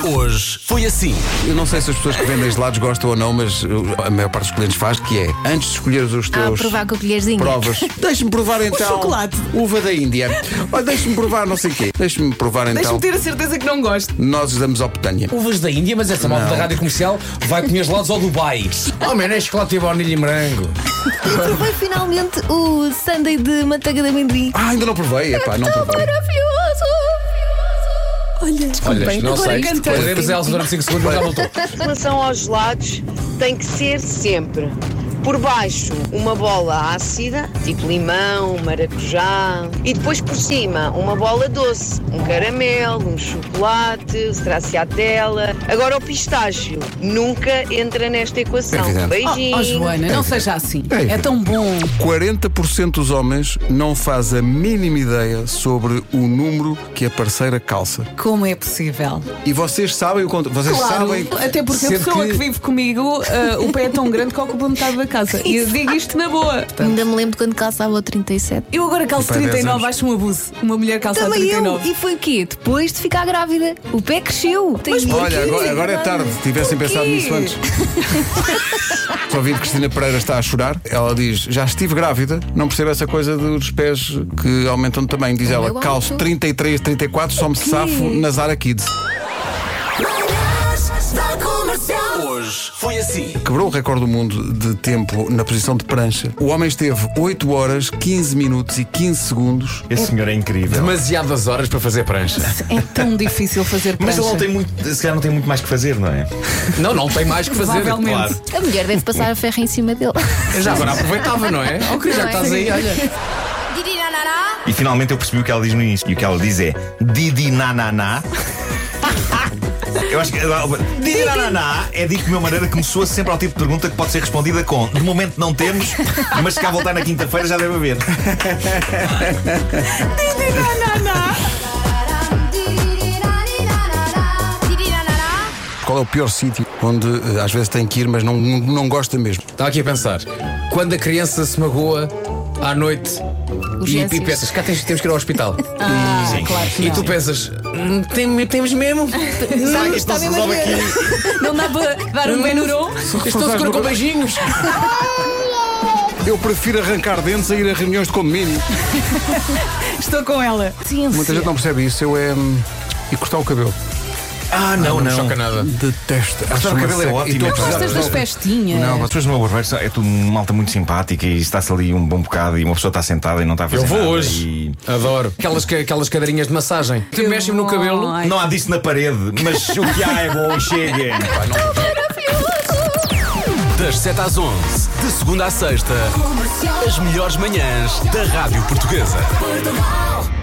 Hoje foi assim. Eu não sei se as pessoas que vendem gelados gostam ou não, mas a maior parte dos clientes faz, que é, antes de escolheres os teus provar com a colherzinha. provas, deixe-me provar então chocolate. uva da Índia. Olha, deixe-me provar não sei o quê. Deixe-me provar então. Deixa-me ter a certeza que não gosto. Nós damos ao Petânha. Uvas da Índia, mas essa malta da rádio comercial vai comer gelados ao Dubai. Oh, man, é chocolate e baunilha e morango. Eu provei finalmente o sundae de manteiga de amendoim. Ainda não provei, epá, não provei. Maravilhoso! Olha, não sei. cantando. Podemos Elsa durante 5 segundos, mas já voltou. Em relação aos gelados, tem que ser sempre por baixo uma bola ácida, tipo limão, maracujá, e depois por cima uma bola doce, um caramelo, um chocolate, stracciatella. Agora o pistácio nunca entra nesta equação. Evidente. Beijinho. Oh, Joana, não seja assim. É É tão bom. 40% dos homens não faz a mínima ideia sobre o número que a parceira calça. Como é possível? E vocês sabem o conto. Vocês sabem. Até porque a Sendo pessoa que- que vive comigo, o pé é tão grande que ocupa metade da casa. E eu digo isto na boa. Ainda me lembro quando calçava o 37. Eu agora calço Pai, 10 39, anos. acho um abuso. Uma mulher calça Também 39. eu. E foi o quê? Depois de ficar grávida. O pé cresceu. Olha, agora é tarde. Se tivessem pensado nisso antes. Só vi que Cristina Pereira está a chorar. Ela diz: já estive grávida. Não percebo essa coisa dos pés que aumentam de tamanho. Diz ela: eu calço alto. 33, 34, só me safo na Zara Kids. Hoje foi assim. Quebrou o recorde do mundo de tempo na posição de prancha. O homem esteve 8 horas, 15 minutos e 15 segundos. Esse senhor é incrível. Demasiadas horas para fazer prancha. É tão difícil fazer Mas prancha. ele não tem muito, se calhar não tem muito mais que fazer, não é? Não tem mais que fazer. Provavelmente. Claro. A mulher deve passar a ferro em cima dele. Já agora aproveitava, não é? Oh, querido, já Não que é? estás aí, olha. E finalmente eu percebi o que ela diz no início. E o que ela diz é Didi Nananá. Eu acho que Didi Nananá é dito de uma maneira que me soa sempre ao tipo de pergunta que pode ser respondida com: de momento não temos, mas se cá voltar na quinta-feira já deve haver. Qual é o pior sítio onde às vezes tem que ir, mas não gosta mesmo? Estava aqui a pensar. Quando a criança se magoa à noite e Urgências. pensas, cá temos que ir ao hospital. Claro que E não. tu pensas, temos mesmo? Não, está mesmo a ver. Não dá para dar um Benuron? Estou seguro com beijinhos. Eu prefiro arrancar dentes a ir a reuniões de condomínio. Estou com ela. Muita gente não percebe isso. E cortar o cabelo. Não me choca nada. Detesto. Cortar o cabelo é ótimo. E estou a Gostas das festinhas? Não, as pessoas no meu barbeiro é tudo uma malta muito simpática e está-se ali um bom bocado e uma pessoa está sentada e não está a fazer Eu vou nada hoje. Adoro. Aquelas cadeirinhas de massagem. Tu mexes-me no cabelo. Ai. Não há disso na parede, mas o que há é bom e chega. Das 7 às 11, de segunda à sexta, as melhores manhãs da Rádio Portuguesa.